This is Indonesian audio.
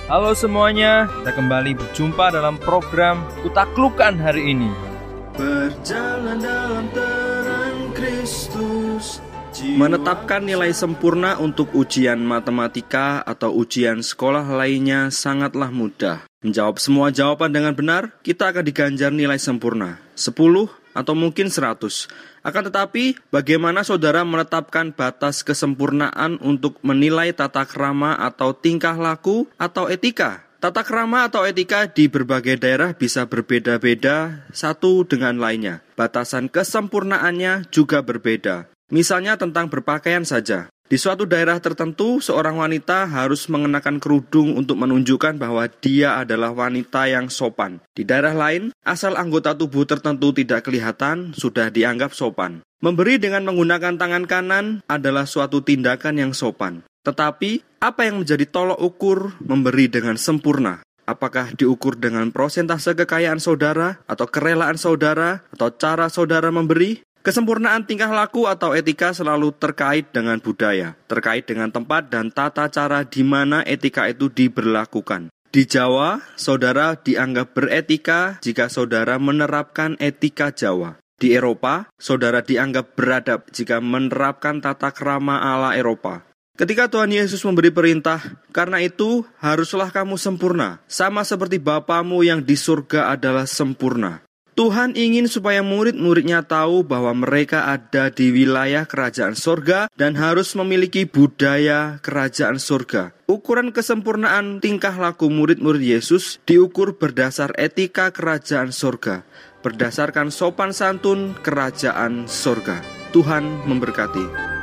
Halo semuanya, kita kembali berjumpa dalam program Kutaklukan hari ini. Berjalan dalam terang Kristus. Menetapkan nilai sempurna untuk ujian matematika atau ujian sekolah lainnya sangatlah mudah. Menjawab semua jawaban dengan benar, kita akan diganjar nilai sempurna, 10 atau mungkin 100. Akan tetapi, bagaimana saudara menetapkan batas kesempurnaan untuk menilai tata krama atau tingkah laku atau etika? Tata krama atau etika di berbagai daerah bisa berbeda-beda satu dengan lainnya. Batasan kesempurnaannya juga berbeda. Misalnya tentang berpakaian saja. Di suatu daerah tertentu, seorang wanita harus mengenakan kerudung untuk menunjukkan bahwa dia adalah wanita yang sopan. Di daerah lain, asal anggota tubuh tertentu tidak kelihatan, sudah dianggap sopan. Memberi dengan menggunakan tangan kanan adalah suatu tindakan yang sopan. Tetapi, apa yang menjadi tolok ukur memberi dengan sempurna? Apakah diukur dengan persentase kekayaan saudara, atau kerelaan saudara, atau cara saudara memberi? Kesempurnaan tingkah laku atau etika selalu terkait dengan budaya, terkait dengan tempat dan tata cara di mana etika itu diberlakukan. Di Jawa, saudara dianggap beretika jika saudara menerapkan etika Jawa. Di Eropa, saudara dianggap beradab jika menerapkan tata krama ala Eropa. Ketika Tuhan Yesus memberi perintah, karena itu haruslah kamu sempurna, sama seperti Bapamu yang di surga adalah sempurna. Tuhan ingin supaya murid-muridnya tahu bahwa mereka ada di wilayah kerajaan surga dan harus memiliki budaya kerajaan surga. Ukuran kesempurnaan tingkah laku murid-murid Yesus diukur berdasar etika kerajaan surga, berdasarkan sopan santun kerajaan surga. Tuhan memberkati.